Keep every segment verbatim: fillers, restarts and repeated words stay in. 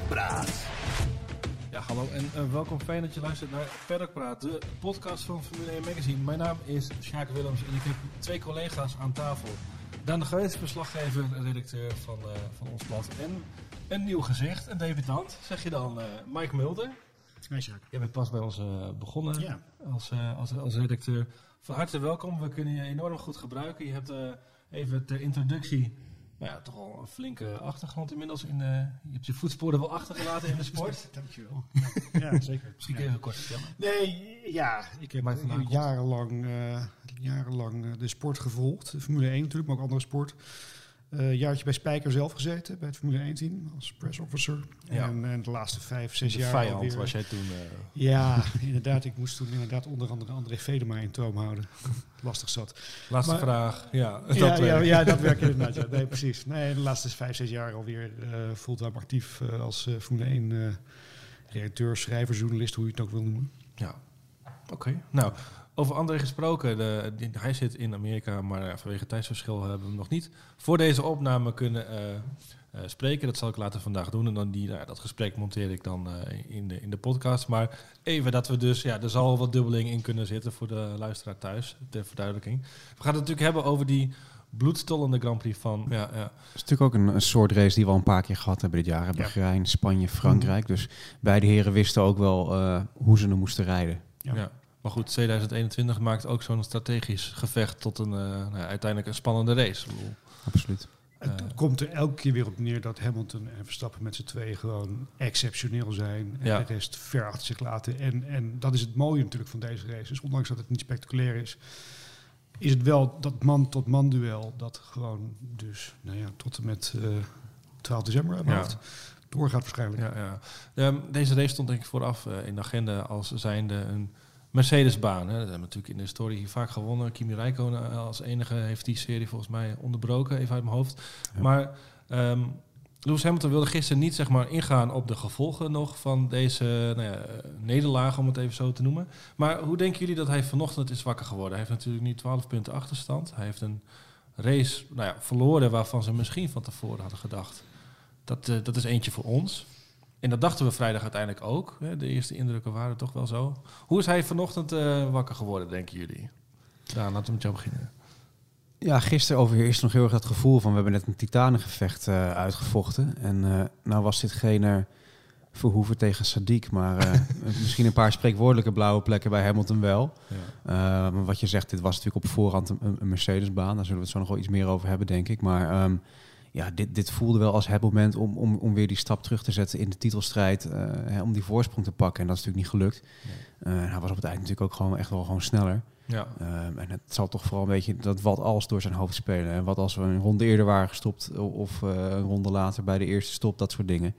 Praat. Ja, hallo en uh, welkom. Fijn dat je luistert naar Paddock Praat, de podcast van Formule één Magazine. Mijn naam is Sjaak Willems en ik heb twee collega's aan tafel. Daan de Geus, verslaggever en redacteur van, uh, van ons blad. En een nieuw gezicht, een debutant, zeg je dan, uh, Mike Mulder. Hey Sjaak. Je bent pas bij ons uh, begonnen ja. als, uh, als, als redacteur. Van harte welkom, we kunnen je enorm goed gebruiken. Je hebt uh, even ter introductie... Nou ja, toch al een flinke achtergrond inmiddels. In de, je hebt je voetsporen wel achtergelaten in de sport. Dankjewel. Ja, zeker. Misschien kun je ja. even kort vertellen. Nee, ja. Ik heb jarenlang, uh, jarenlang uh, de sport gevolgd. De Formule één natuurlijk, maar ook andere sport. Een uh, jaartje bij Spijker zelf gezeten, bij het Formule één team, als press officer. Ja. En, en de laatste vijf, zes de jaar vijand alweer, was jij toen... Uh... Ja, inderdaad. Ik moest toen inderdaad onder andere André Vedema in toom houden. Lastig zat. Laatste maar, vraag. Ja, dat ja, ja, ja, dat werkt inderdaad. Ja. Nee, precies. Nee, de laatste vijf, zes jaar alweer uh, fulltime actief uh, als uh, Formule één uh, redacteur, schrijver, journalist, hoe je het ook wil noemen. Ja, oké. Okay. Nou, over André gesproken. De, die, hij zit in Amerika, maar uh, vanwege tijdsverschil hebben we hem nog niet voor deze opname kunnen uh, uh, spreken. Dat zal ik later vandaag doen. En dan die, nou, dat gesprek monteer ik dan uh, in, de, in de podcast. Maar even dat we dus, ja, er zal wat dubbeling in kunnen zitten voor de luisteraar thuis, ter verduidelijking. We gaan het natuurlijk hebben over die bloedstollende Grand Prix van... Ja, ja. Dat is natuurlijk ook een, een soort race die we al een paar keer gehad hebben dit jaar. Ja. Bahrein, Spanje, Frankrijk. Mm-hmm. Dus beide heren wisten ook wel uh, hoe ze er moesten rijden. Ja. Ja. Maar goed, tweeduizend eenentwintig maakt ook zo'n strategisch gevecht tot een uh, nou, uiteindelijk een spannende race. Absoluut. Uh, het komt er elke keer weer op neer dat Hamilton en Verstappen met z'n tweeën gewoon exceptioneel zijn. En ja. de rest ver achter zich laten. En, en dat is het mooie natuurlijk van deze race. Dus ondanks dat het niet spectaculair is, is het wel dat man-tot-man duel dat gewoon dus nou ja, tot en met uh, twaalf december uit mijn hoofd doorgaat waarschijnlijk. Ja, ja. Um, deze race stond denk ik vooraf uh, in de agenda als zijnde een Mercedes-baan. Hè. Dat hebben we natuurlijk in de historie hier vaak gewonnen. Kimi Räikkönen als enige heeft die serie volgens mij onderbroken, even uit mijn hoofd. Ja. Maar um, Lewis Hamilton wilde gisteren niet zeg maar ingaan op de gevolgen nog van deze nou ja, nederlaag, om het even zo te noemen. Maar hoe denken jullie dat hij vanochtend is wakker geworden? Hij heeft natuurlijk nu twaalf punten achterstand. Hij heeft een race nou ja, verloren waarvan ze misschien van tevoren hadden gedacht. Dat, uh, dat is eentje voor ons. En dat dachten we vrijdag uiteindelijk ook. Hè? De eerste indrukken waren toch wel zo. Hoe is hij vanochtend uh, wakker geworden, denken jullie? Ja, laten we met jou beginnen. Ja, gisteren overheerst nog heel erg dat gevoel van... we hebben net een titanengevecht uh, uitgevochten. En uh, nou was dit geen uh, Verhoeven tegen Sadiq... maar uh, misschien een paar spreekwoordelijke blauwe plekken bij Hamilton wel. Ja. Uh, maar wat je zegt, dit was natuurlijk op voorhand een, een Mercedes-baan. Daar zullen we het zo nog wel iets meer over hebben, denk ik. Maar... Um, Ja, dit, dit voelde wel als het moment om, om, om weer die stap terug te zetten in de titelstrijd. Uh, hè, om die voorsprong te pakken. En dat is natuurlijk niet gelukt. Nee. Uh, hij was op het eind natuurlijk ook gewoon echt wel gewoon sneller. Ja. Uh, en het zal toch vooral een beetje dat wat als door zijn hoofd spelen. En wat als we een ronde eerder waren gestopt of uh, een ronde later bij de eerste stop, dat soort dingen.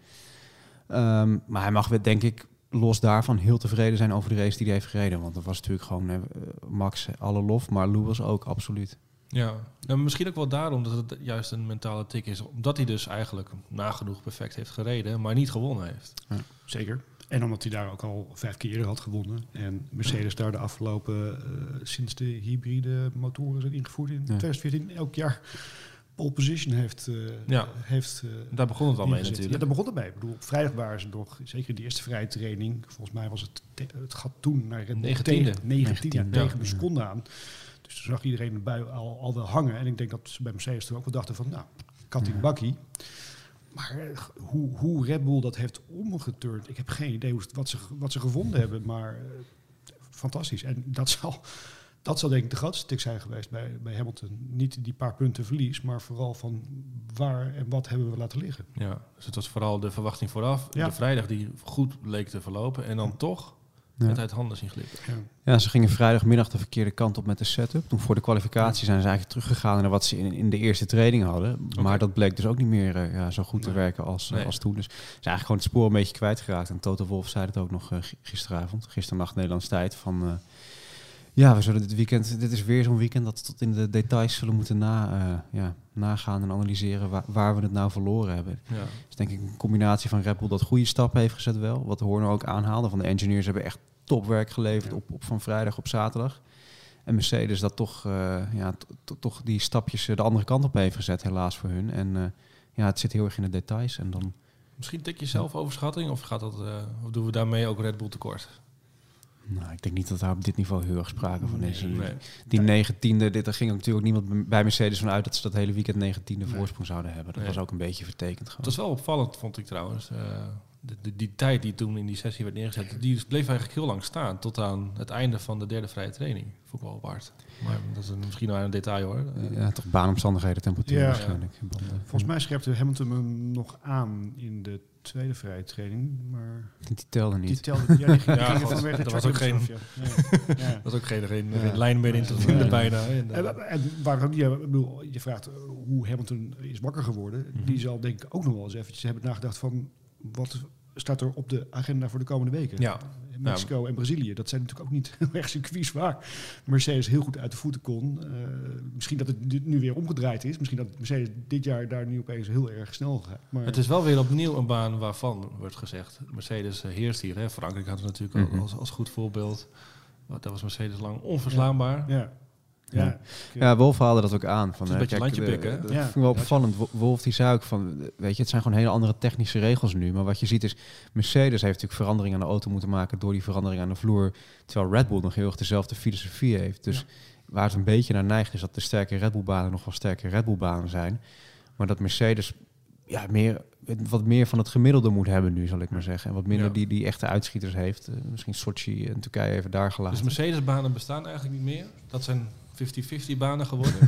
Um, maar hij mag denk ik los daarvan heel tevreden zijn over de race die hij heeft gereden. Want dat was natuurlijk gewoon uh, Max alle lof, maar Lewis ook absoluut. Ja, nou, misschien ook wel daarom dat het juist een mentale tik is. Omdat hij dus eigenlijk nagenoeg perfect heeft gereden, maar niet gewonnen heeft. Ja, zeker. En omdat hij daar ook al vijf keer eerder had gewonnen. En Mercedes daar de afgelopen, uh, sinds de hybride motoren zijn ingevoerd in ja. twintig veertien, elk jaar pole position heeft... Uh, ja, heeft uh, daar begon het al mee natuurlijk. Ja, daar begon het mee. Ik bedoel, op vrijdag waren ze nog, zeker die eerste vrije training. Volgens mij was het, te, het gaat toen naar negentiende ja, tegen een seconde aan. Dus toen zag iedereen de bui al, al wel hangen. En ik denk dat ze bij Mercedes toen ook wel dachten van... nou, kattie bakkie. Maar uh, hoe, hoe Red Bull dat heeft omgeturnd... ik heb geen idee wat ze, wat ze gevonden hebben. Maar uh, fantastisch. En dat zal, dat zal denk ik de grootste tik zijn geweest bij, bij Hamilton. Niet die paar punten verlies, maar vooral van waar en wat hebben we laten liggen. Ja, dus het was vooral de verwachting vooraf. Ja. De vrijdag die goed leek te verlopen. En dan ja. toch... Ja. Met uit handen zien glippen. Ja. ja, ze gingen vrijdagmiddag de verkeerde kant op met de setup. Toen voor de kwalificatie zijn ze eigenlijk teruggegaan naar wat ze in, in de eerste training hadden. Okay. Maar dat bleek dus ook niet meer uh, ja, zo goed nee. te werken als, nee. uh, als toen. Dus ze zijn eigenlijk gewoon het spoor een beetje kwijtgeraakt. En Toto Wolff zei het ook nog uh, gisteravond, gisternacht Nederlands tijd. Van, uh, ja, we zullen dit weekend, dit is weer zo'n weekend dat we tot in de details zullen moeten na, uh, ja, nagaan en analyseren waar, waar we het nou verloren hebben. Ja. Dus denk ik een combinatie van Red Bull dat goede stappen heeft gezet wel. Wat Horner ook aanhaalde. Van de engineers hebben echt topwerk geleverd ja. op, op van vrijdag op zaterdag. En Mercedes dat toch, uh, ja, to, to, toch die stapjes de andere kant op heeft gezet helaas voor hun. En uh, ja, het zit heel erg in de details. En dan Misschien tik je zelf overschatting of, gaat dat, uh, of doen we daarmee ook Red Bull tekort? Nou, ik denk niet dat daar op dit niveau heel erg sprake van is. Nee, nee. Die negentiende, dit, daar ging ook natuurlijk ook niemand bij Mercedes van uit dat ze dat hele weekend negentiende Nee. voorsprong zouden hebben. Dat Nee. was ook een beetje vertekend gewoon. Het was wel opvallend, vond ik trouwens. Uh, de, de, die tijd die toen in die sessie werd neergezet, die bleef eigenlijk heel lang staan. Tot aan het einde van de derde vrije training. Vond ik wel apart. Maar dat is een, misschien wel een detail hoor. Uh, ja, toch baanomstandigheden, temperatuur Ja, waarschijnlijk. Ja. Volgens mij scherpte Hamilton hem nog aan in de tweede vrije training, maar die telde niet. Die telde, ja, die ging, ja, die ging dat was ook geen, af, ja. Ja. Ja. was ook geen, geen, ja. geen lijn meer in te vinden ja. bijna. En, en, en waar je, bedoel, je vraagt uh, hoe Hamilton is wakker geworden. Mm-hmm. Die zal denk ik ook nog wel eens eventjes hebben nagedacht van wat staat er op de agenda voor de komende weken. Ja. Mexico ja. en Brazilië, dat zijn natuurlijk ook niet heel erg circuits waar Mercedes heel goed uit de voeten kon. Uh, misschien dat het nu weer omgedraaid is. Misschien dat Mercedes dit jaar daar nu opeens heel erg snel gaat. Maar het is wel weer opnieuw een baan waarvan wordt gezegd, Mercedes heerst hier. Hè? Frankrijk had het natuurlijk mm-hmm. als, als goed voorbeeld. Daar was Mercedes lang onverslaanbaar. Ja. ja. Ja, ja. ja Wolf haalde dat ook aan. Van, een beetje landje pikken. Dat ja. vind ik wel opvallend. Wolf die zei ook van, weet je, het zijn gewoon hele andere technische regels nu. Maar wat je ziet is, Mercedes heeft natuurlijk verandering aan de auto moeten maken door die verandering aan de vloer. Terwijl Red Bull nog heel erg dezelfde filosofie heeft. Dus ja. waar het een beetje naar neigt is dat de sterke Red Bull banen nog wel sterke Red Bull banen zijn. Maar dat Mercedes ja, meer, wat meer van het gemiddelde moet hebben nu, zal ik maar zeggen. En wat minder ja. die, die echte uitschieters heeft. Uh, misschien Sochi en Turkije even daar gelaten. Dus Mercedes-banen bestaan eigenlijk niet meer? Dat zijn vijftig-vijftig banen geworden.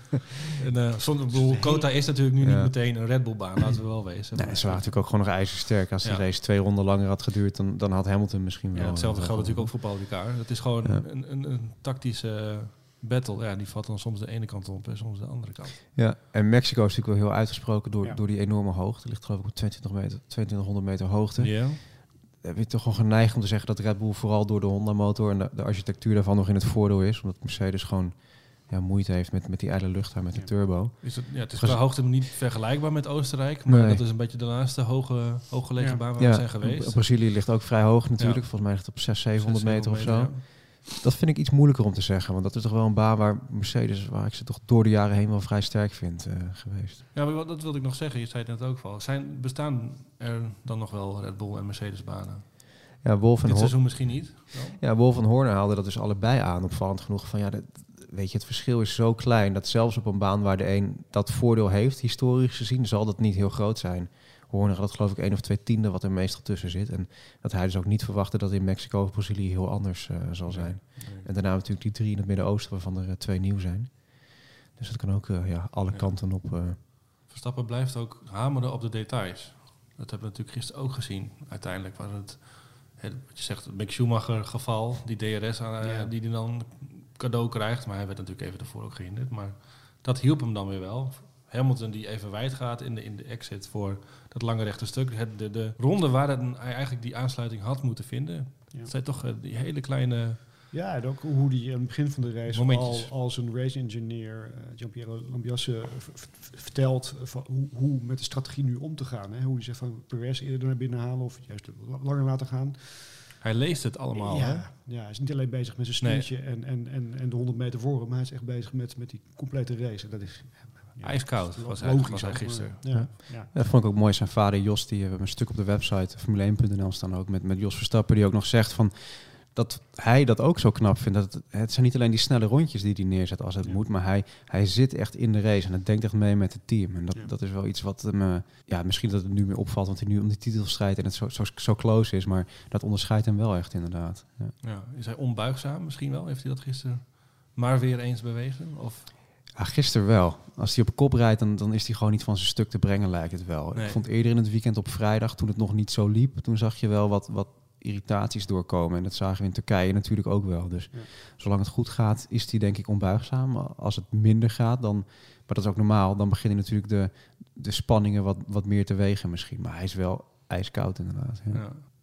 en, uh, zonder, bedoel, Kota is natuurlijk nu ja. niet meteen een Red Bull baan, laten we wel wezen. Nee, ze waren natuurlijk ook gewoon nog ijzersterk. Als die ja. race twee ronden langer had geduurd, dan, dan had Hamilton misschien wel. Ja, hetzelfde geldt natuurlijk ook voor Paul Ricard. Het is gewoon ja. een, een, een tactische battle. Ja, die valt dan soms de ene kant op en soms de andere kant. Ja, en Mexico is natuurlijk wel heel uitgesproken door, ja. door die enorme hoogte. Het ligt geloof ik op tweeëntwintig meter, tweeëntwintighonderd meter hoogte. Ja. Heb je toch gewoon geneigd om te zeggen dat Red Bull vooral door de Honda-motor en de, de architectuur daarvan nog in het voordeel is. Omdat Mercedes gewoon ja, moeite heeft met, met die ijle lucht daar, met ja. de turbo. Is het, ja, het is qua hoogte niet vergelijkbaar met Oostenrijk, maar nee. dat is een beetje de laatste hoge, hooggelegen ja. baan waar ja. we zijn geweest. Brazilië ligt ook vrij hoog natuurlijk. Ja. Volgens mij ligt het op zeshonderd, zevenhonderd meter of zo. Ja. Dat vind ik iets moeilijker om te zeggen, want dat is toch wel een baan waar Mercedes, waar ik ze toch door de jaren heen wel vrij sterk vind uh, geweest. Ja, maar dat wilde ik nog zeggen. Je zei het net ook al. Zijn, bestaan er dan nog wel Red Bull en Mercedes banen? Ja, Wolf en Dit seizoen misschien niet? Dan? Ja, Wolf en Horner haalden dat dus allebei aan, opvallend genoeg. Van ja, dat, weet je, het verschil is zo klein dat zelfs op een baan waar de een dat voordeel heeft, historisch gezien, zal dat niet heel groot zijn. Horner had geloof ik één of twee tiende wat er meestal tussen zit. En dat hij dus ook niet verwachtte dat in Mexico of Brazilië heel anders uh, zal zijn. Nee, nee. En daarna natuurlijk die drie in het Midden-Oosten, waarvan er uh, twee nieuw zijn. Dus dat kan ook uh, ja, alle ja. kanten op. Uh... Verstappen blijft ook hameren op de details. Dat hebben we natuurlijk gisteren ook gezien. Uiteindelijk was het, het wat je zegt, het Mick Schumacher geval, die D R S uh, ja. die hij dan cadeau krijgt. Maar hij werd natuurlijk even daarvoor ook gehinderd. Maar dat hielp hem dan weer wel. Hamilton die even wijd gaat in de, in de exit voor dat lange rechte stuk. Het, de, de ronde waar het, hij eigenlijk die aansluiting had moeten vinden. Ja. Dat zijn toch uh, die hele kleine... Ja, en ook hoe die aan het begin van de race al als een race engineer, uh, Gianpiero Lambiase, v- v- vertelt van hoe, hoe met de strategie nu om te gaan. Hè? Hoe hij zegt van Perez eerder naar binnen halen of juist langer laten gaan. Hij leest het allemaal. Ja, hè? ja, hij is niet alleen bezig met zijn stuurtje nee. en, en, en, en de honderd meter voor hem, maar hij is echt bezig met, met die complete race. En dat is... Ja, ijskoud was hij, was hij gisteren. Ja. Ja. Ja. Dat vond ik ook mooi. Zijn vader Jos, die hebben een stuk op de website Formule één punt n l staan ook met, met Jos Verstappen, die ook nog zegt van dat hij dat ook zo knap vindt. Dat het, het zijn niet alleen die snelle rondjes die hij neerzet als het ja. moet, maar hij, hij zit echt in de race en het denkt echt mee met het team. En dat, ja. dat is wel iets wat hem, uh, ja, misschien dat het nu meer opvalt, want hij nu om die titel strijdt en het zo, zo, zo close is, maar dat onderscheidt hem wel echt inderdaad. Ja. Ja, is hij onbuigzaam misschien wel? Heeft hij dat gisteren maar weer eens bewezen? Of... Ja, gisteren wel. Als hij op kop rijdt, dan, dan is hij gewoon niet van zijn stuk te brengen, lijkt het wel. Nee. Ik vond eerder in het weekend op vrijdag, toen het nog niet zo liep, toen zag je wel wat, wat irritaties doorkomen. En dat zagen we in Turkije natuurlijk ook wel. Dus ja. zolang het goed gaat, is hij denk ik onbuigzaam. Als het minder gaat, dan, maar dat is ook normaal, dan beginnen natuurlijk de, de spanningen wat, wat meer te wegen misschien. Maar hij is wel ijskoud inderdaad. Ja. Ja.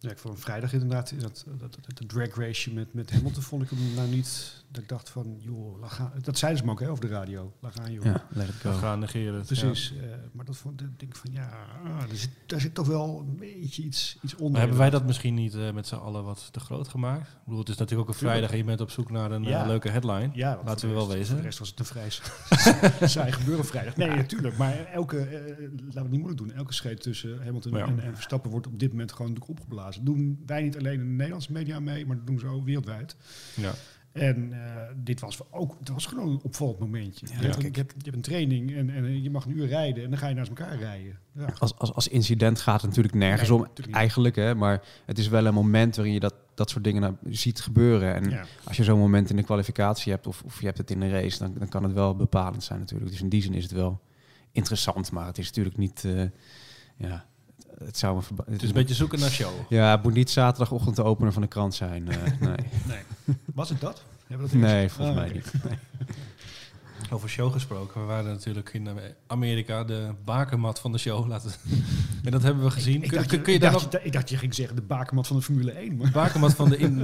Ja, ik vond vrijdag inderdaad, in dat, dat, dat, dat drag race met, met Hamilton vond ik hem nou niet, dat ik dacht van, joh, laat gaan. Dat zeiden ze me ook hè, over de radio. Laat gaan, joh. Ja, let it go. We gaan negeren. Het, Precies. ja. Uh, maar dat vond ik denk van, ja, ah, er zit, daar zit toch wel een beetje iets, iets onder. Maar hebben wij dat misschien niet uh, met z'n allen wat te groot gemaakt? Ik bedoel, het is natuurlijk ook een vrijdag en je bent op zoek naar een ja. uh, leuke headline. Ja, laten we wel rest, wezen. Voor de rest was het een vrij saai gebeuren vrijdag. Nee, natuurlijk. Maar elke, uh, laten we het niet moeilijk doen, elke scheet tussen Hamilton ja. en, en Verstappen wordt op dit moment gewoon opgeblazen. Dat doen wij niet alleen in de Nederlandse media mee, maar dat doen ze ook wereldwijd. Ja. En uh, dit was ook, dat was gewoon een opvallend momentje. Ja, je, hebt, je, hebt, je hebt een training en, en je mag een uur rijden en dan ga je naast elkaar rijden. Ja. Als, als, als incident gaat het natuurlijk nergens nee, om, natuurlijk eigenlijk, hè, maar het is wel een moment waarin je dat, dat soort dingen nou ziet gebeuren. En ja. als je zo'n moment in de kwalificatie hebt of, of je hebt het in een race, dan, dan kan het wel bepalend zijn natuurlijk. Dus in die zin is het wel interessant, maar het is natuurlijk niet... Uh, ja, Het, zou me verba- het is een beetje zoeken naar show. Ja, het moet niet zaterdagochtend de opener van de krant zijn. Uh, nee. nee. Was het dat? Hebben we dat nee, volgens oh, mij okay. niet. Nee. Over show gesproken. We waren natuurlijk in Amerika de bakermat van de show. Laten we en dat hebben we gezien. Ik, ik, kun, dacht, kun, kun je, je ik, dacht, nog... je, ik dacht je ging zeggen de bakermat van de Formule één. Maar. De bakermat van de... In,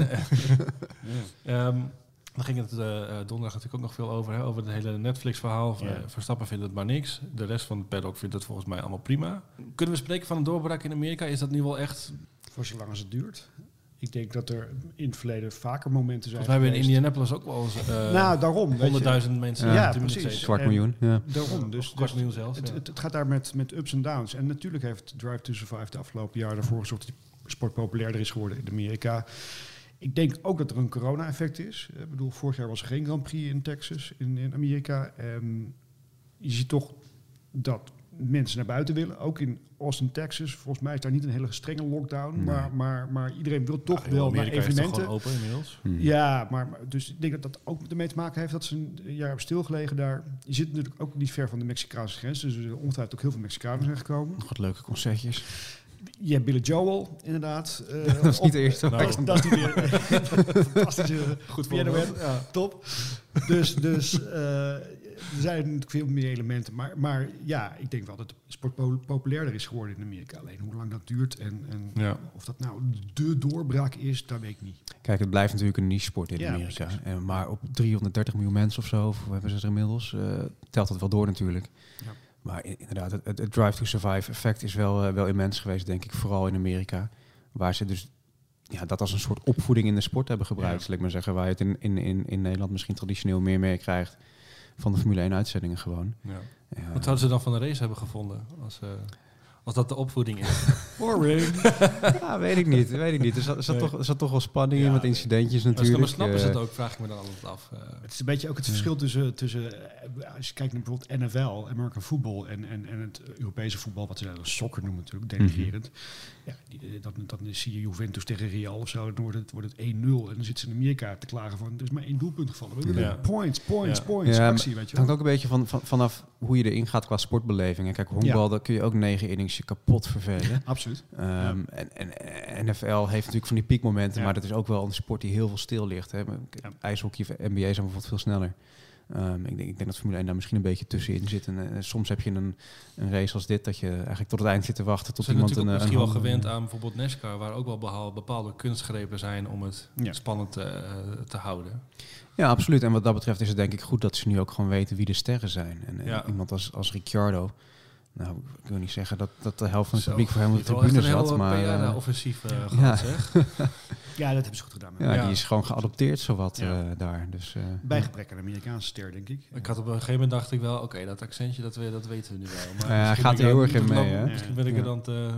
ja. um, Daar ging het uh, donderdag natuurlijk ook nog veel over. Hè, over het hele Netflix-verhaal. Ja. Uh, Verstappen vindt het maar niks. De rest van het paddock vindt het volgens mij allemaal prima. Kunnen we spreken van een doorbraak in Amerika? Is dat nu wel echt... Voor zolang als het duurt. Ik denk dat er in het verleden vaker momenten zijn. Volgens mij hebben we in Indianapolis ook wel eens... Uh, nou, daarom. honderdduizend mensen. Ja, ja precies. Kwart miljoen. Ja. Daarom. Dus, kwart miljoen zelfs. Het, ja. het, het gaat daar met, met ups en downs. En natuurlijk heeft Drive to Survive de afgelopen jaar ervoor gezorgd dat die sport populairder is geworden in Amerika. Ik denk ook dat er een corona-effect is. Ik bedoel, vorig jaar was er geen Grand Prix in Texas, in, in Amerika. En je ziet toch dat mensen naar buiten willen. Ook in Austin, Texas. Volgens mij is daar niet een hele strenge lockdown. Nee. Maar, maar, maar iedereen wil toch ja, wel naar evenementen. Is toch gewoon open inmiddels? Hmm. Ja, maar, maar dus ik denk dat dat ook ermee te maken heeft dat ze een jaar hebben stilgelegen daar. Je zit natuurlijk ook niet ver van de Mexicaanse grens. Dus er ongetwijfeld ook heel veel Mexicanen zijn gekomen. Nog wat leuke concertjes. Je hebt Billy Joel, inderdaad. Uh, dat is niet de eerste. Nou, dat, dat is weer fantastische goed voorbeeld. Ja. Top. Dus, dus uh, er zijn natuurlijk veel meer elementen. Maar, maar ja, ik denk wel dat de sport populairder is geworden in Amerika. Alleen hoe lang dat duurt en, en ja. of dat nou de doorbraak is, dat weet ik niet. Kijk, het blijft natuurlijk een niche sport in ja, Amerika. En, maar op driehonderddertig miljoen mensen of zo, of hoe hebben ze er inmiddels, uh, telt dat wel door natuurlijk. Ja. Maar inderdaad, het, het Drive to Survive effect is wel, uh, wel immens geweest, denk ik. Vooral in Amerika. Waar ze dus ja, dat als een soort opvoeding in de sport hebben gebruikt. Ja. Zal ik maar zeggen. Waar je het in, in, in, in Nederland misschien traditioneel meer mee krijgt. Van de Formule één uitzendingen gewoon. Ja. Ja. Wat zouden ze dan van de race hebben gevonden? Als, uh, als dat de opvoeding is. Boring. Ja, weet ik niet. Weet ik niet. Er zat, er zat, nee. toch, er zat toch wel spanning ja, in met incidentjes natuurlijk. Maar snappen ze het ook? Vraag ik me dan altijd af. Uh, het is een beetje ook het verschil tussen, tussen uh, als je kijkt naar bijvoorbeeld N F L, American Football en, en, en het Europese voetbal, wat ze dan soccer noemen natuurlijk, denigrerend. Mm-hmm. Ja, die, dan, dan zie je Juventus tegen Real of zo, dan wordt het, wordt het één nul en dan zitten ze in Amerika te klagen van, er is maar één doelpunt gevallen. We willen ja. points, points, ja. points, ja, actie, weet je wel. Het hangt ook een beetje van, van, vanaf hoe je erin gaat qua sportbeleving. En kijk, honkbal, ja. daar kun je ook negen innings je kapot vervelen. Absoluut. Um, ja. en, en N F L heeft natuurlijk van die piekmomenten, ja. maar dat is ook wel een sport die heel veel stil ligt. Hè. Ja. IJshockey of N B A zijn bijvoorbeeld veel sneller. Um, ik, denk, ik denk dat Formule één daar misschien een beetje tussenin zit. En, uh, soms heb je een, een race als dit, dat je eigenlijk tot het eind zit te wachten. Tot zijn iemand natuurlijk een, misschien een wel gewend aan bijvoorbeeld NASCAR, waar ook wel behaal, bepaalde kunstgrepen zijn om het ja. spannend uh, te houden. Ja, absoluut. En wat dat betreft is het denk ik goed dat ze nu ook gewoon weten wie de sterren zijn. En, ja. en iemand als, als Ricciardo. Nou, ik wil niet zeggen dat, dat de helft van het Zo, publiek voor hem op de tribune zat. Maar uh, offensief uh, gehad, ja. zeg. Ja, dat hebben ze goed gedaan. Ja, ja, die is gewoon geadopteerd zowat ja. uh, daar. Dus, uh, bij gebrek aan een Amerikaanse ster, denk ik. Ik had op een gegeven moment dacht ik wel, oké, okay, dat accentje, dat, we, dat weten we nu wel. Maar ja, gaat er heel erg in mee, hè? Misschien ben ik er dan te,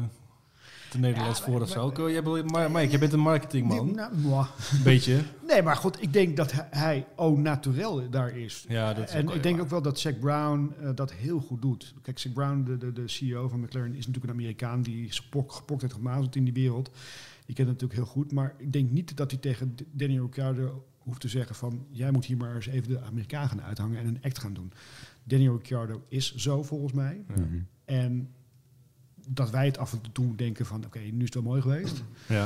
te Nederlands ja, voor of zo. Okay, jij, maar, Mike, jij bent een marketingman. Nou, nou, beetje. Nee, maar goed, ik denk dat hij au naturel daar is. Ja, dat is en ook ik denk waar. ook wel dat Zac Brown uh, dat heel goed doet. Kijk, Zac Brown, de, de, de C E O van McLaren, is natuurlijk een Amerikaan die gepok, gepokt heeft gemazeld in die wereld. Je kent het natuurlijk heel goed, maar ik denk niet dat hij tegen Daniel Ricciardo hoeft te zeggen van, jij moet hier maar eens even de Amerikaan gaan uithangen en een act gaan doen. Daniel Ricciardo is zo volgens mij. Mm-hmm. En dat wij het af en toe denken van, oké, okay, nu is het wel mooi geweest. Ja.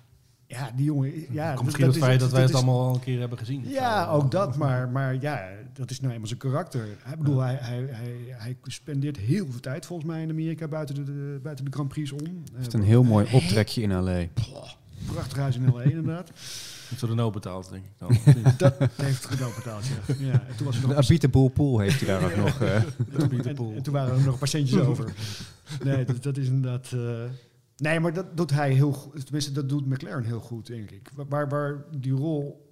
Ja, die jongen... Ja, Komt misschien dat het feit is, dat wij dat het is, allemaal al een keer hebben gezien. Ja, zo. ook dat. Maar, maar ja, dat is nou eenmaal zijn karakter. Ik bedoel, hij, hij, hij, hij spendeert heel veel tijd volgens mij in Amerika buiten de, de, buiten de Grand Prix om. Het is een heel mooi optrekje in L A. Ploh, prachtig huis in L A inderdaad. Heeft de Renault betaald, denk ik dan. Dat heeft Renault betaald, ja. ja. En toen was er nog De Abiteboel Pool heeft hij daar ook nog. Uh. en, en toen waren er nog een paar centjes over. Nee, dat, dat is inderdaad... Uh, nee, maar dat doet hij heel goed. Tenminste, dat doet McLaren heel goed, denk ik. Waar, waar die rol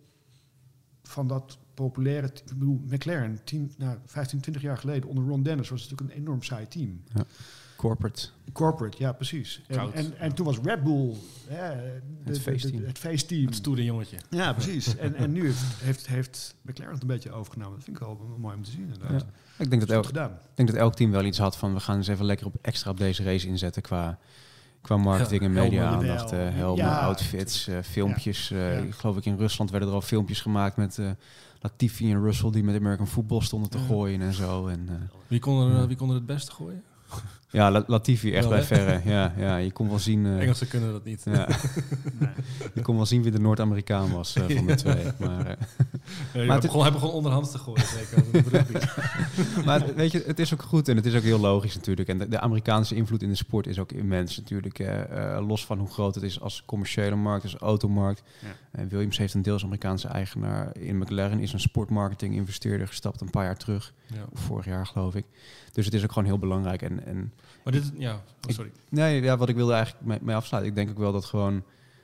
van dat populaire... Ik bedoel, McLaren, tien, nou, vijftien, twintig jaar geleden onder Ron Dennis was het natuurlijk een enorm saai team. Ja. Corporate. Corporate, ja, precies. En, en, en toen was Red Bull ja, de, het feestteam. Het feestteam. Het stoere jongetje. Ja, precies. en, en nu heeft, heeft, heeft McLaren het een beetje overgenomen. Dat vind ik wel mooi om te zien. Inderdaad. Ja. Ik denk dat, elk, gedaan. ik denk dat elk team wel iets had van... we gaan eens even lekker op extra op deze race inzetten... qua, qua marketing en media-aandacht. Uh, helmen, ja, outfits, uh, filmpjes. Uh, ja. Ik geloof ik in Rusland werden er al filmpjes gemaakt met... Uh, Latifi en Russell die met American Football stonden te ja. gooien en zo. En, uh, wie, kon er, uh, wie kon er het beste gooien? Ja, Latifi, echt wel, bij verre. Ja, ja, je kon wel zien... Uh, Engelsen kunnen dat niet. Ja. Nee. Je kon wel zien wie de Noord-Amerikaan was uh, van de twee. Maar, uh, ja, maar het begon, hij begon onderhands te gooien, zeker. Maar het, weet je, het is ook goed en het is ook heel logisch natuurlijk. En de, de Amerikaanse invloed in de sport is ook immens natuurlijk. Uh, uh, los van hoe groot het is als commerciële markt, als automarkt. Ja. Uh, Williams heeft een deels Amerikaanse eigenaar. In McLaren is een sportmarketing investeerder gestapt een paar jaar terug. Ja. Vorig jaar geloof ik. Dus het is ook gewoon heel belangrijk. En, en maar dit, ja, oh, sorry. Ik, nee, ja, wat ik wilde eigenlijk mee, mee afsluiten. Ik denk ook wel dat gewoon,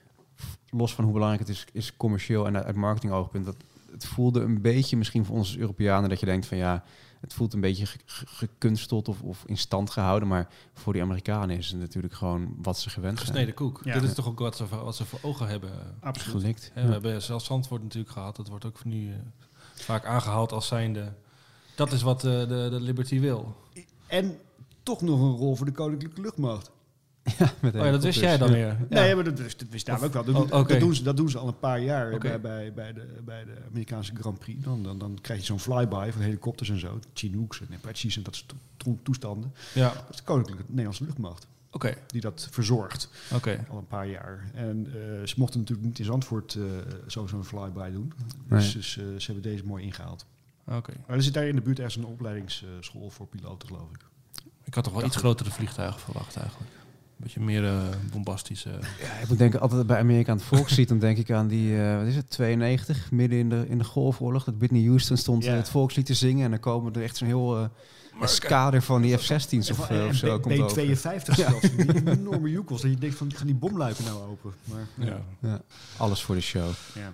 los van hoe belangrijk het is, is commercieel en uit marketingoogpunt, dat het voelde een beetje, misschien voor ons als Europeanen, dat je denkt van ja, het voelt een beetje ge- ge- gekunsteld of, of in stand gehouden. Maar voor die Amerikanen is het natuurlijk gewoon wat ze gewend zijn. Gesneden koek. Ja. Dit is toch ook wat ze, wat ze voor ogen hebben. Absoluut. Gelikt. Ja, we hebben zelfs Zandvoort natuurlijk gehad. Dat wordt ook nu uh, vaak aangehaald als zijnde. Dat is wat uh, de, de Liberty wil. En toch nog een rol voor de Koninklijke Luchtmacht. Ja, met oh ja, dat wist jij dan weer. Ja. Nee, maar dat, dat wist daar ook wel. Dat, oh, okay. dat, doen ze, dat doen ze al een paar jaar okay. bij, bij, bij, de, bij de Amerikaanse Grand Prix. Dan, dan, dan krijg je zo'n flyby van helikopters en zo. Chinooks en Apaches en dat soort to- toestanden. Ja. Dat is de Koninklijke Nederlandse Luchtmacht. Okay. Die dat verzorgt. Okay. Al een paar jaar. En uh, ze mochten natuurlijk niet in Zandvoort uh, zo zo'n flyby doen. Dus, nee. dus uh, ze hebben deze mooi ingehaald. Okay. Maar er zit daar in de buurt ergens een opleidingsschool voor piloten, geloof ik. Ik had toch wel iets grotere vliegtuigen verwacht eigenlijk. Een beetje meer uh, bombastische... Ja, ik moet denken, altijd bij Amerika aan het volkslied, dan denk ik aan die, uh, wat is het, tweeënnegentig, midden in de, in de Golfoorlog, dat Whitney Houston stond yeah. uh, het volkslied te zingen en dan komen er echt zo'n heel uh, kader van die F zestien's of, uh, of zo. B tweeënvijftig zelfs, die enorme joekels, dat je denkt van, gaan die bomluiken nou open? Maar, ja. Ja. Alles voor de show. Ja.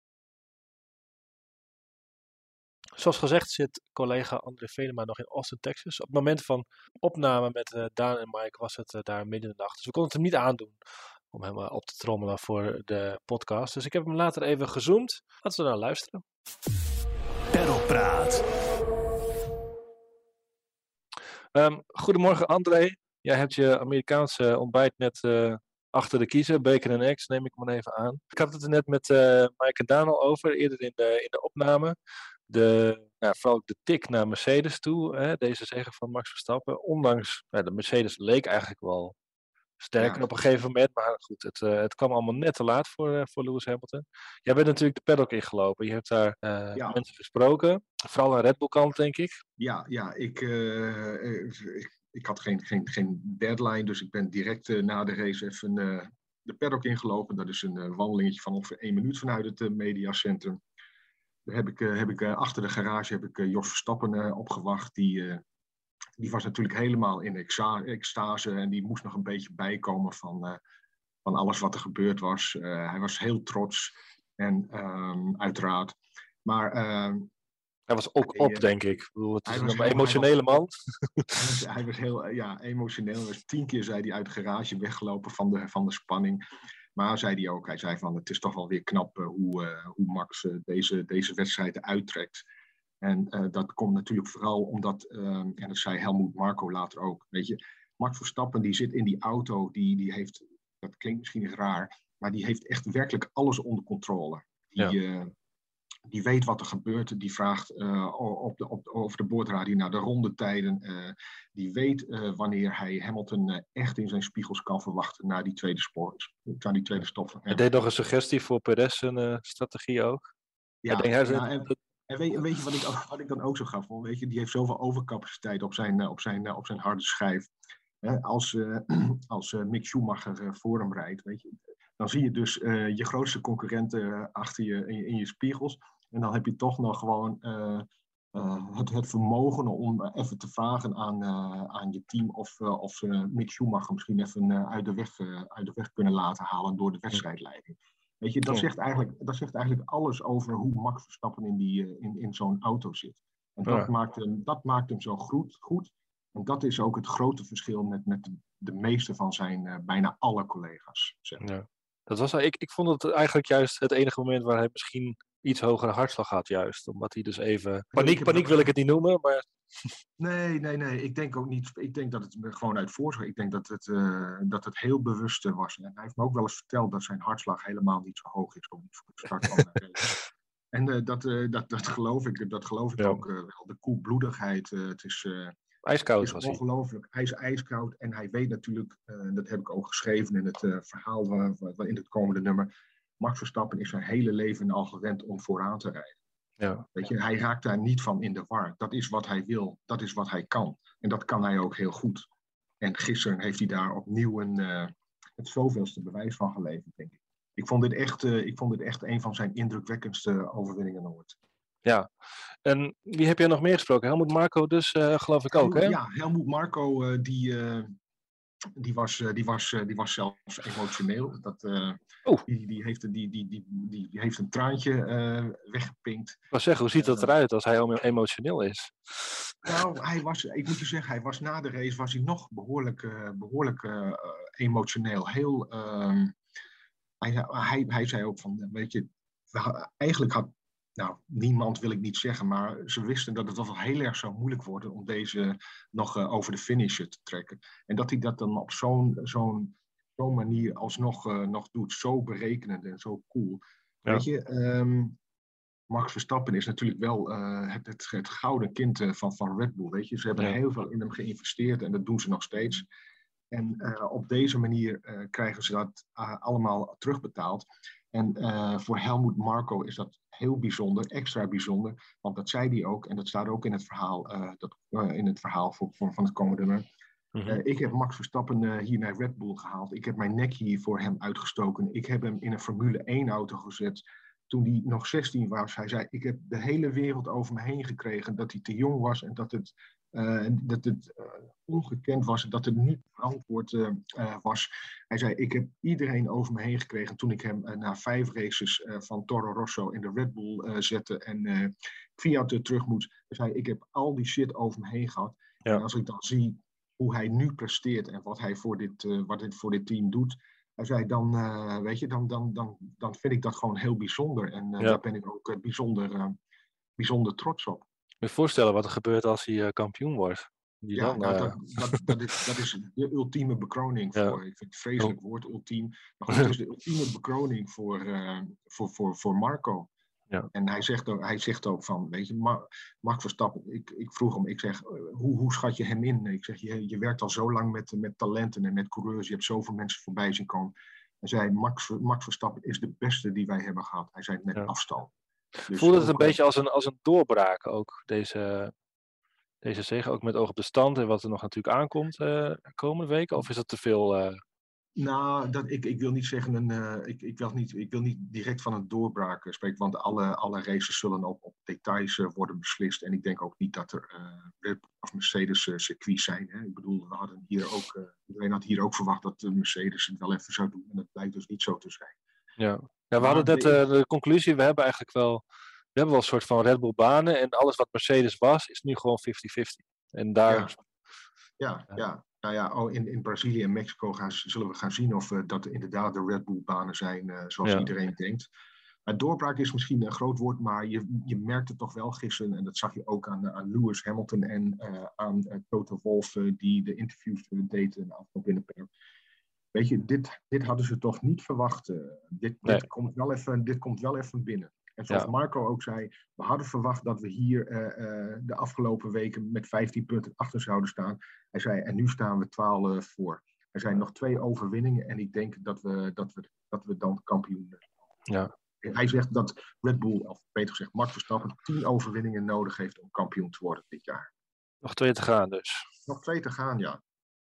Zoals gezegd zit collega André Venema nog in Austin, Texas. Op het moment van opname met uh, Daan en Mike was het uh, daar midden in de nacht. Dus we konden het hem niet aandoen om hem uh, op te trommelen voor de podcast. Dus ik heb hem later even gezoomd. Laten we naar luisteren. Pedalpraat. Um, goedemorgen André. Jij hebt je Amerikaanse ontbijt net uh, achter de kiezen. Bacon en eggs neem ik maar even aan. Ik had het er net met uh, Mike en Daan al over, eerder in de, in de opname. De, nou, vooral ook de tik naar Mercedes toe, hè, deze zege van Max Verstappen. Ondanks, nou, de Mercedes leek eigenlijk wel sterker ja. op een gegeven moment. Maar goed, het, uh, het kwam allemaal net te laat voor, uh, voor Lewis Hamilton. Jij bent natuurlijk de paddock ingelopen. Je hebt daar uh, ja. mensen gesproken. Vooral aan Red Bull kant, denk ik. Ja, ja ik, uh, ik, ik had geen, geen, geen deadline. Dus ik ben direct uh, na de race even uh, de paddock ingelopen. Dat is een uh, wandelingetje van ongeveer één minuut vanuit het uh, mediacentrum. Daar heb ik, uh, heb ik uh, achter de garage heb ik, uh, Jos Verstappen uh, opgewacht. Die, uh, die was natuurlijk helemaal in exa- extase en die moest nog een beetje bijkomen van, uh, van alles wat er gebeurd was. Uh, hij was heel trots en um, uiteraard. Maar uh, hij was ook op, uh, denk ik. Ik bedoel, het is een heel, emotionele hij was, man. Hij was, hij was heel ja, emotioneel. Hij was tien keer zei hij uit de garage weggelopen van de, van de spanning. Maar zei hij ook, hij zei van het is toch wel weer knap uh, hoe, uh, hoe Max uh, deze, deze wedstrijden uittrekt. En uh, dat komt natuurlijk vooral omdat, uh, en dat zei Helmut Marko later ook, weet je, Max Verstappen die zit in die auto, die, die heeft, dat klinkt misschien eens raar, maar die heeft echt werkelijk alles onder controle. Die, ja. uh, die weet wat er gebeurt, die vraagt uh, op de, op, over de boordradio naar de rondetijden. Uh, die weet uh, wanneer hij Hamilton uh, echt in zijn spiegels kan verwachten na die tweede, spoor, na die tweede stop. Hij ja. deed nog een suggestie voor Perez zijn uh, strategie ook. Ja, denk, hij ja en, en weet, weet je wat ik, wat ik dan ook zo gaf? Weet je, die heeft zoveel overcapaciteit op zijn, uh, op zijn, uh, op zijn harde schijf. Hè, als uh, als uh, Mick Schumacher uh, voor hem rijdt, weet je, dan zie je dus uh, je grootste concurrenten uh, achter je in, je in je spiegels. En dan heb je toch nog gewoon uh, uh, het, het vermogen om even te vragen aan, uh, aan je team of, uh, of ze uh, Mick Schumacher misschien even uh, uit, de weg, uh, uit de weg kunnen laten halen door de wedstrijdleiding. Weet je, dat, zegt eigenlijk, dat zegt eigenlijk alles over hoe Max Verstappen in, die, uh, in, in zo'n auto zit. En dat, ja. maakt hem, dat maakt hem zo goed, goed. En dat is ook het grote verschil met, met de, de meeste van zijn uh, bijna alle collega's. Zeg. Ja. Dat was, ik, ik vond het eigenlijk juist het enige moment waar hij misschien iets hogere hartslag had juist. Omdat hij dus even... Paniek, paniek ook... wil ik het niet noemen, maar... Nee, nee, nee. Ik denk ook niet... Ik denk dat het gewoon uit voorzorg... Ik denk dat het, uh, dat het heel bewust was. En hij heeft me ook wel eens verteld dat zijn hartslag helemaal niet zo hoog is. Om niet voor de start van de race. En uh, dat, uh, dat, dat geloof ik, dat geloof ik ja. ook uh, wel. De koelbloedigheid, uh, het is... Uh, ijskoud is was ongelooflijk. Hij is ijskoud en hij weet natuurlijk, uh, dat heb ik ook geschreven in het uh, verhaal waar, waar in het komende nummer, Max Verstappen is zijn hele leven al gewend om vooraan te rijden. Ja. Weet je, hij raakt daar niet van in de war. Dat is wat hij wil, dat is wat hij kan. En dat kan hij ook heel goed. En gisteren heeft hij daar opnieuw een, uh, het zoveelste bewijs van geleverd, denk ik. Ik vond dit echt, uh, ik vond dit echt een van zijn indrukwekkendste overwinningen ooit. Ja, en wie heb jij nog meer gesproken? Helmut Marko dus, uh, geloof ik ook, hè? Ja, Helmut Marko, uh, die, uh, die, was, uh, die, was, uh, die was zelfs emotioneel. Dat, uh, oh. die, die, heeft, die, die, die, die, die heeft een traantje uh, weggepinkt. Ik wou zeggen, hoe ziet dat eruit als hij emotioneel is? Nou, hij was, ik moet je zeggen, hij was na de race was hij nog behoorlijk, uh, behoorlijk uh, emotioneel. Heel, uh, hij, hij, hij zei ook van, weet je, eigenlijk had... Nou, niemand wil ik niet zeggen, maar ze wisten dat het wel heel erg zou moeilijk worden om deze nog uh, over de finish te trekken. En dat hij dat dan op zo'n, zo'n, zo'n manier alsnog uh, nog doet, zo berekenend en zo cool. Ja. Weet je, um, Max Verstappen is natuurlijk wel uh, het, het, het gouden kind uh, van, van Red Bull. Weet je, ze hebben ja. heel veel in hem geïnvesteerd en dat doen ze nog steeds. En uh, op deze manier uh, krijgen ze dat uh, allemaal terugbetaald. En uh, voor Helmut Marko is dat heel bijzonder, extra bijzonder. Want dat zei hij ook, en dat staat ook in het verhaal, uh, dat, uh, in het verhaal voor, voor, van het komende nummer. Mm-hmm. Uh, ik heb Max Verstappen uh, hier naar Red Bull gehaald. Ik heb mijn nek hier voor hem uitgestoken. Ik heb hem in een Formule één auto gezet. Toen hij nog zestien was, hij zei, ik heb de hele wereld over me heen gekregen. Dat hij te jong was en dat het, uh, dat het uh, ongekend was. Dat het niet verantwoord uh, uh, was. Hij zei, ik heb iedereen over me heen gekregen toen ik hem uh, na vijf races uh, van Toro Rosso in de Red Bull uh, zette. En uh, Fiat uh, terug moest. Hij zei, ik heb al die shit over me heen gehad. Ja. En als ik dan zie hoe hij nu presteert en wat hij voor dit, uh, wat dit voor dit team doet. Hij zei, dan, uh, weet je, dan, dan, dan, dan vind ik dat gewoon heel bijzonder. En uh, ja. daar ben ik ook uh, bijzonder, uh, bijzonder trots op. Je moet je voorstellen wat er gebeurt als hij uh, kampioen wordt. Die ja, dan, nou, uh... dat, dat, dat, is, dat is de ultieme bekroning voor. Ja. Ik vind het een vreselijk oh. woord, ultiem. Maar goed, het is de ultieme bekroning voor, uh, voor, voor, voor Marko. Ja. En hij zegt, ook, hij zegt ook van, weet je, Max Verstappen, ik, ik vroeg hem, ik zeg, hoe, hoe schat je hem in? Ik zeg, je, je werkt al zo lang met, met talenten en met coureurs, je hebt zoveel mensen voorbij zien komen. Hij zei, Max, Max Verstappen is de beste die wij hebben gehad. Hij zei met ja. afstand. Dus voelde het een beetje als een, als een doorbraak ook, deze, deze zege, ook met oog op de stand en wat er nog natuurlijk aankomt uh, komende weken? Of is dat te veel... Uh... Nou, dat, ik, ik wil niet zeggen, een, uh, ik, ik, wil niet, ik wil niet direct van een doorbraak spreken, want alle, alle races zullen op, op details uh, worden beslist. En ik denk ook niet dat er uh, Red Bull of Mercedes uh, circuits zijn. Hè. Ik bedoel, we hadden hier ook, uh, iedereen had hier ook verwacht dat de Mercedes het wel even zou doen. En dat blijkt dus niet zo te zijn. Ja, ja we hadden net uh, de conclusie, we hebben eigenlijk wel, we hebben wel een soort van Red Bull banen. En alles wat Mercedes was, is nu gewoon vijftig vijftig. En daar... Ja, ja. ja. ja. Nou ja, oh, in, in Brazilië en Mexico gaan, zullen we gaan zien of uh, dat inderdaad de Red Bull banen zijn uh, zoals ja. iedereen denkt. Uh, doorbraak is misschien een groot woord, maar je, je merkt het toch wel gisteren. En dat zag je ook aan, aan Lewis Hamilton en uh, aan uh, Toto Wolff uh, die de interviews uh, deed uh, afgelopen in de perk. Weet je, dit, dit hadden ze toch niet verwacht. Uh, dit, nee. dit, komt wel even, dit komt wel even binnen. En zoals ja. Marco ook zei, we hadden verwacht dat we hier uh, uh, de afgelopen weken met vijftien punten achter zouden staan. Hij zei, en nu staan we twaalf voor. Er zijn nog twee overwinningen en ik denk dat we, dat we, dat we dan kampioen zijn. Ja. En hij zegt dat Red Bull, of beter gezegd Max Verstappen, tien overwinningen nodig heeft om kampioen te worden dit jaar. Nog twee te gaan dus. Nog twee te gaan, ja.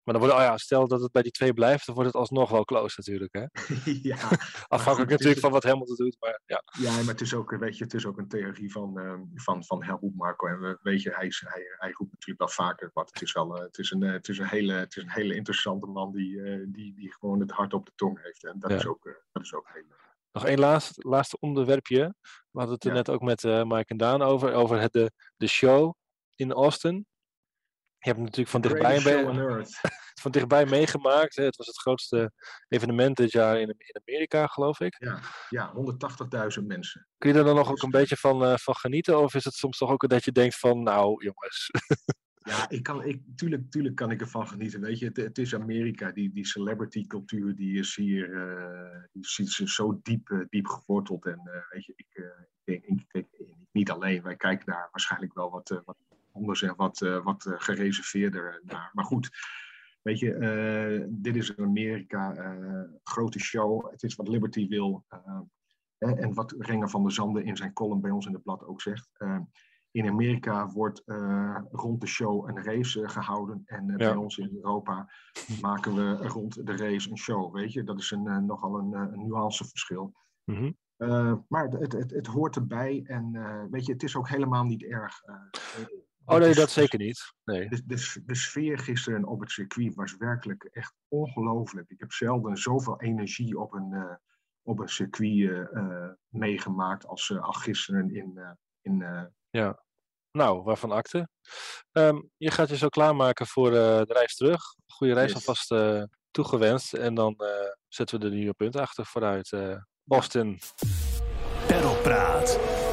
Maar dan wordt, oh ja, stel dat het bij die twee blijft, dan wordt het alsnog wel close natuurlijk. Hè? ja, Afhankelijk natuurlijk van wat Hamilton doet. Maar, ja. ja, maar het is ook, weet je, het is ook een theorie van, uh, van, van Helmut Marko. En we, weet je, hij, is, hij, hij roept natuurlijk wel vaker wat. Het is, wel, uh, het is, een, uh, het is, een, hele, het is een hele interessante man die, uh, die, die gewoon het hart op de tong heeft. En dat, ja. is, ook, uh, dat is ook heel leuk. Nog één laatste, laatste onderwerpje. We hadden het er ja. net ook met uh, Mike en Daan over. Over het, de, de show in Austin. Je hebt natuurlijk van dichtbij, be- van dichtbij meegemaakt. Hè. Het was het grootste evenement dit jaar in, in Amerika, geloof ik. Ja, ja honderdtachtigduizend mensen. Kun je er dan nog ook een beetje van, uh, van genieten? Of is het soms toch ook dat je denkt van, nou jongens... Ja, ik kan, ik, tuurlijk, tuurlijk kan ik ervan genieten. Weet je, het, het is Amerika. Die, die celebrity cultuur die is hier uh, die is zo diep, uh, diep geworteld. En uh, weet je, ik, uh, ik, denk, ik denk niet alleen. Wij kijken daar waarschijnlijk wel wat, uh, wat anders en wat, uh, wat uh, gereserveerder naar. Maar goed, weet je, uh, dit is Amerika. Uh, grote show. Het is wat Liberty wil. Uh, en wat Renger van der Zanden in zijn column bij ons in het blad ook zegt... Uh, In Amerika wordt uh, rond de show een race uh, gehouden. En uh, ja. bij ons in Europa maken we rond de race een show. Weet je, dat is een, uh, nogal een, uh, een nuanceverschil. Mm-hmm. Uh, maar het, het, het hoort erbij. En uh, weet je, het is ook helemaal niet erg. Uh, oh nee, dat zeker niet. Nee. De, de, de sfeer gisteren op het circuit was werkelijk echt ongelooflijk. Ik heb zelden zoveel energie op een, uh, op een circuit uh, meegemaakt als, uh, als gisteren in... Uh, in uh, Ja, nou, waarvan akte. Um, je gaat je zo klaarmaken voor uh, de reis terug. Goede reis yes. alvast uh, toegewenst. En dan uh, zetten we de nieuwe punten achter vooruit. Uh, Austin. Pedalpraat.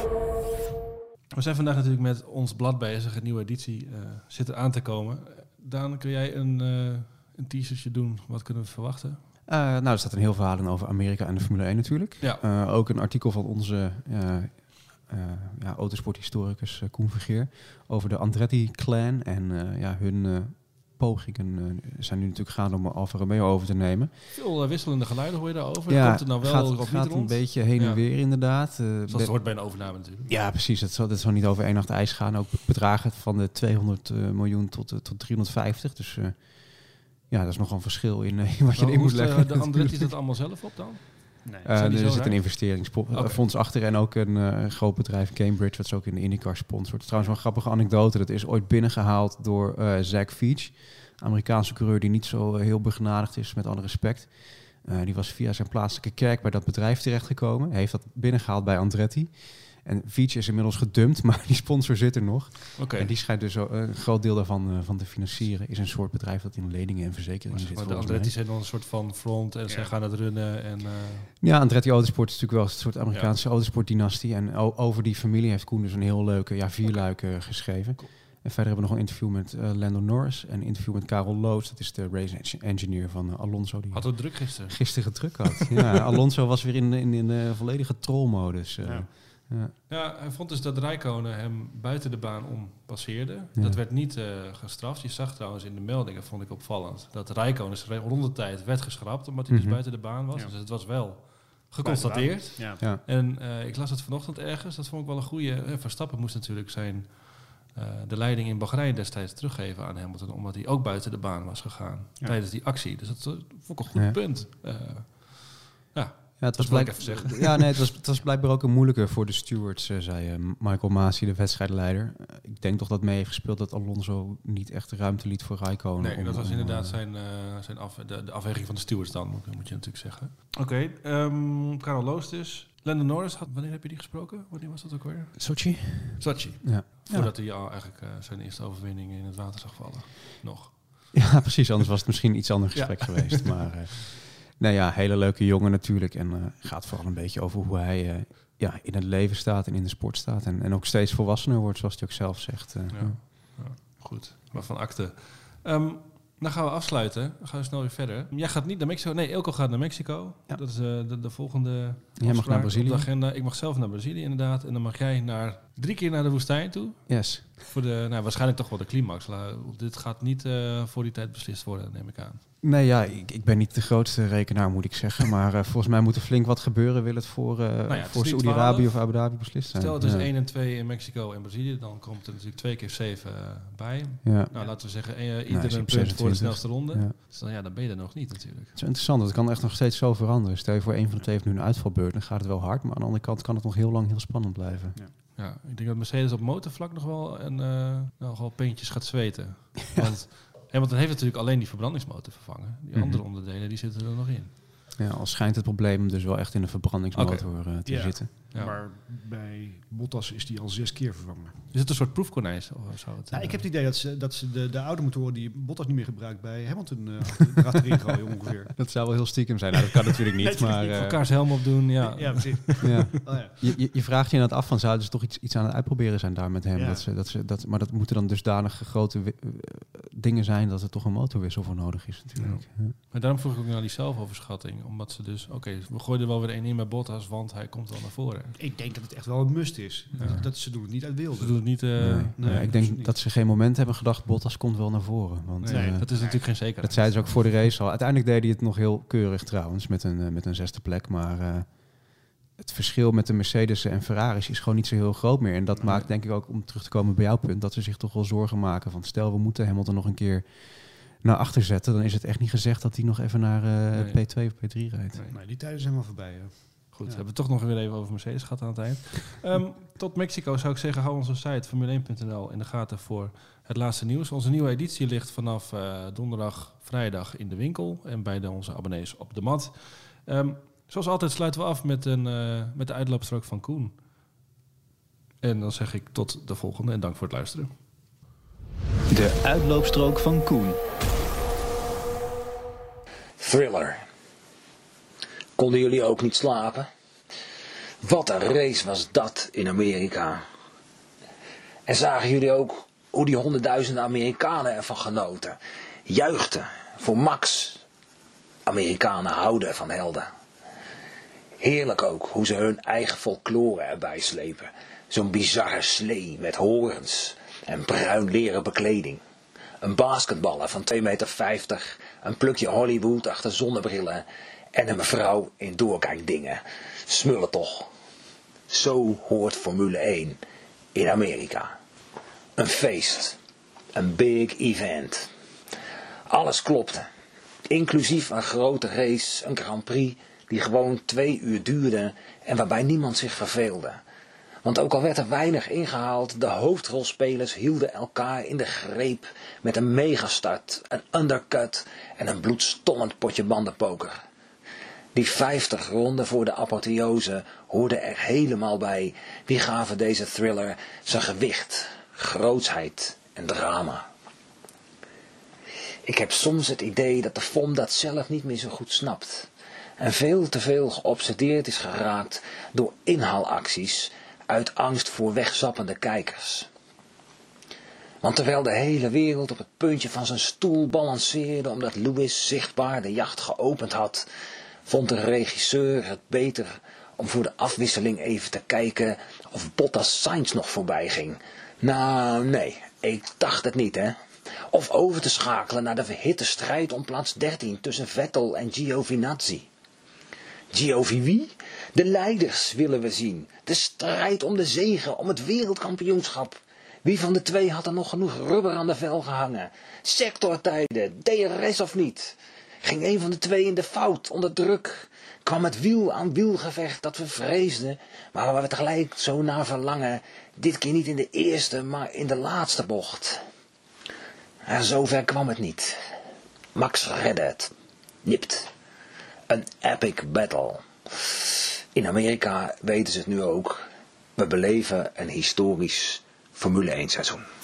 We zijn vandaag natuurlijk met ons blad bezig. Een nieuwe editie uh, zit er aan te komen. Daan, kun jij een, uh, een teasertje doen? Wat kunnen we verwachten? Uh, nou, er staat een heel verhaal in over Amerika en de Formule één natuurlijk. Ja. Uh, ook een artikel van onze... Uh, Uh, ja, autosporthistoricus uh, Koen Vergeer over de Andretti-clan en uh, ja, hun uh, pogingen uh, zijn nu natuurlijk gaande om Alfa Romeo over te nemen. Veel uh, wisselende geluiden hoor je daarover. Ja, komt het nou wel gaat, of gaat niet een rond? beetje heen en ja. weer inderdaad. Uh, Zoals het hoort bij een overname natuurlijk. Ja, precies. Dat zal, dat zal niet over één nacht ijs gaan. Ook bedragen van de tweehonderd uh, miljoen tot, uh, tot driehonderdvijftig. Dus uh, ja, dat is nog een verschil in, uh, in wat je erin moet leggen. Uh, de Andretti dat allemaal zelf op dan? Nee, uh, er zit rijk? een investeringsfonds okay. achter en ook een uh, groot bedrijf, Cambridge, wat ze ook in de IndyCar sponsort. Trouwens, wel een grappige anekdote. Dat is ooit binnengehaald door uh, Zach Veach, Amerikaanse coureur die niet zo uh, heel begenadigd is, met alle respect. Uh, die was via zijn plaatselijke kerk bij dat bedrijf terechtgekomen. Hij heeft dat binnengehaald bij Andretti. En Veach is inmiddels gedumpt, maar die sponsor zit er nog. Okay. En die schijnt dus uh, een groot deel daarvan uh, van te financieren. Is een soort bedrijf dat in leningen en verzekeringen maar, zit. Maar de Andretti zijn dan een soort van front en ja. zij gaan het runnen. En, uh... Ja, Andretti Autosport is natuurlijk wel een soort Amerikaanse ja. autosportdynastie. En o- over die familie heeft Koen dus een heel leuke ja, vierluik uh, geschreven. Cool. En verder hebben we nog een interview met uh, Lando Norris en een interview met Karel Loos. Dat is de race engineer van uh, Alonso. Die had het druk gisteren. Gisteren druk had. ja, Alonso was weer in, in, in uh, volledige trollmodus. Uh, ja. Ja. ja, hij vond dus dat Räikkönen hem buiten de baan om passeerde. Ja. Dat werd niet uh, gestraft. Je zag trouwens in de meldingen, vond ik opvallend, dat Räikkönen's rondetijd werd geschrapt, omdat hij mm-hmm. dus buiten de baan was. Ja. Dus het was wel geconstateerd. Ja. Ja. En uh, ik las het vanochtend ergens, dat vond ik wel een goede. Uh, Verstappen moest natuurlijk zijn uh, de leiding in Bahrein destijds teruggeven aan Hamilton, omdat hij ook buiten de baan was gegaan ja. tijdens die actie. Dus dat uh, vond ik een goed ja. punt. Uh, ja. Ja, het was, blijk... ja, nee, het, was, het was blijkbaar ook een moeilijke voor de stewards, uh, zei uh, Michael Masi, de wedstrijdleider. Uh, ik denk toch dat mee heeft gespeeld dat Alonso niet echt ruimte liet voor Räikkönen. Nee, om, dat was om, inderdaad uh, zijn, uh, zijn af, de, de afweging van de stewards dan, moet, moet je natuurlijk zeggen. Oké, okay, um, Karel Loos dus. Lando Norris, had, wanneer heb je die gesproken? Wanneer was dat ook weer? Sochi. Sochi. Ja. Voordat ja. hij al eigenlijk uh, zijn eerste overwinning in het water zag vallen. Nog. Ja, precies. Anders was het misschien een iets ander gesprek ja. geweest. Maar... Uh, Nou ja, hele leuke jongen natuurlijk. En uh, gaat vooral een beetje over hoe hij uh, ja, in het leven staat en in de sport staat. En, en ook steeds volwassener wordt, zoals hij ook zelf zegt. Uh, ja. Ja, goed, maar van akte. Um, dan gaan we afsluiten. Dan gaan we snel weer verder. Jij gaat niet naar Mexico. Nee, Eelco gaat naar Mexico. Ja. Dat is uh, de, de volgende Jij mag naar Brazilië. Agenda. Ik mag zelf naar Brazilië inderdaad. En dan mag jij naar drie keer naar de woestijn toe. Yes. Voor de, nou, waarschijnlijk toch wel de climax. La, dit gaat niet uh, voor die tijd beslist worden, neem ik aan. Nee, ja, ik, ik ben niet de grootste rekenaar, moet ik zeggen. Maar uh, volgens mij moet er flink wat gebeuren. Wil het voor, uh, nou ja, het voor Saoedi-Arabië of Abu Dhabi beslist zijn. Stel het is ja. één en twee in Mexico en Brazilië. Dan komt er natuurlijk twee keer zeven uh, bij. Ja. Nou, laten we zeggen, uh, ieder nou, een punt voor de snelste ronde. Ja. Dus dan, ja, dan ben je er nog niet natuurlijk. Het is interessant, het kan echt nog steeds zo veranderen. Stel je voor een van de twee heeft nu een uitvalbeurt, dan gaat het wel hard. Maar aan de andere kant kan het nog heel lang heel spannend blijven. Ja. Ja, ik denk dat Mercedes op motorvlak nog wel een uh, nou, wel peentjes gaat zweten. Ja. Want Hamilton heeft natuurlijk alleen die verbrandingsmotor vervangen. Die andere mm-hmm. onderdelen die zitten er nog in. Ja, al schijnt het probleem dus wel echt in de verbrandingsmotor okay. uh, te ja. zitten. Ja. Maar bij Bottas is die al zes keer vervangen. Is het een soort proefkonijn? Of zo het, ja, uh, ik heb het idee dat ze, dat ze de, de oude motoren die Bottas niet meer gebruikt bij Hamilton uh, achterin gooien ongeveer. Dat zou wel heel stiekem zijn. Nou, dat kan natuurlijk niet. nee, maar niet. Uh, elkaars helm opdoen, ja. Ja, precies. ja. Oh, ja. Je, je, je vraagt je inderdaad af van, zouden ze toch iets, iets aan het uitproberen zijn daar met hem? Ja. Dat ze, dat ze, dat, maar dat moeten dan dusdanig grote uh, dingen zijn dat er toch een motorwissel voor nodig is natuurlijk. Ja. Ja. Maar daarom vroeg ik ook naar die zelfoverschatting. Omdat ze dus, oké, okay, we gooien er wel weer één in met Bottas, want hij komt wel naar voren. Ik denk dat het echt wel een must is. Ja. Dat, dat ze doen het niet uit wilde. Ze doen het niet... Uh, nee. Nee, ja, ik denk dat ze geen moment hebben gedacht, Bottas komt wel naar voren. Want, nee, uh, dat is natuurlijk geen zekerheid. Dat zeiden ze ook voor de race al. Uiteindelijk deed hij het nog heel keurig trouwens, met een, uh, met een zesde plek. Maar uh, het verschil met de Mercedes en Ferraris is gewoon niet zo heel groot meer. En dat nee. maakt denk ik ook, om terug te komen bij jouw punt, dat ze zich toch wel zorgen maken van, stel we moeten Hamilton nog een keer naar achter zetten, dan is het echt niet gezegd dat hij nog even naar uh, nee. P twee of P drie rijdt. Nee, nee die tijden zijn wel voorbij. Ja. Goed, ja. we hebben het toch nog weer even over Mercedes gehad aan het eind. Um, tot Mexico zou ik zeggen, hou onze site formule één punt n l in de gaten voor het laatste nieuws. Onze nieuwe editie ligt vanaf uh, donderdag, vrijdag in de winkel en bij de, onze abonnees op de mat. Um, zoals altijd sluiten we af met, een, uh, met de uitloopstrook van Koen. En dan zeg ik tot de volgende en dank voor het luisteren. De uitloopstrook van Koen. Thriller. Konden jullie ook niet slapen? Wat een race was dat in Amerika. En zagen jullie ook hoe die honderdduizenden Amerikanen ervan genoten? Juichten voor Max. Amerikanen houden van helden. Heerlijk ook hoe ze hun eigen folklore erbij slepen. Zo'n bizarre slee met horens en bruin leren bekleding. Een basketballer van twee meter vijftig, een plukje Hollywood achter zonnebrillen en een mevrouw in doorkijkdingen. Smullen toch. Zo hoort Formule één in Amerika. Een feest. Een big event. Alles klopte. Inclusief een grote race, een Grand Prix die gewoon twee uur duurde en waarbij niemand zich verveelde. Want ook al werd er weinig ingehaald, de hoofdrolspelers hielden elkaar in de greep met een megastart, een undercut en een bloedstollend potje bandenpoker. Die vijftig ronden voor de apotheose hoorden er helemaal bij. Die gaven deze thriller zijn gewicht, grootsheid en drama. Ik heb soms het idee dat de F O M dat zelf niet meer zo goed snapt. En veel te veel geobsedeerd is geraakt door inhaalacties uit angst voor wegzappende kijkers. Want terwijl de hele wereld op het puntje van zijn stoel balanceerde omdat Lewis zichtbaar de jacht geopend had, vond de regisseur het beter om voor de afwisseling even te kijken of Bottas Sainz nog voorbij ging. Nou, nee, ik dacht het niet, hè. Of over te schakelen naar de verhitte strijd om plaats dertien tussen Vettel en Giovinazzi. Giovi wie? De leiders willen we zien. De strijd om de zege, om het wereldkampioenschap. Wie van de twee had er nog genoeg rubber aan de vel gehangen? Sectortijden, D R S of niet? Ging een van de twee in de fout, onder druk? Kwam het wiel aan wielgevecht dat we vreesden, maar waar we tegelijk zo naar verlangen, dit keer niet in de eerste, maar in de laatste bocht? En zover kwam het niet. Max redde het. Nipt. Een epic battle. In Amerika weten ze het nu ook. We beleven een historisch Formule één seizoen.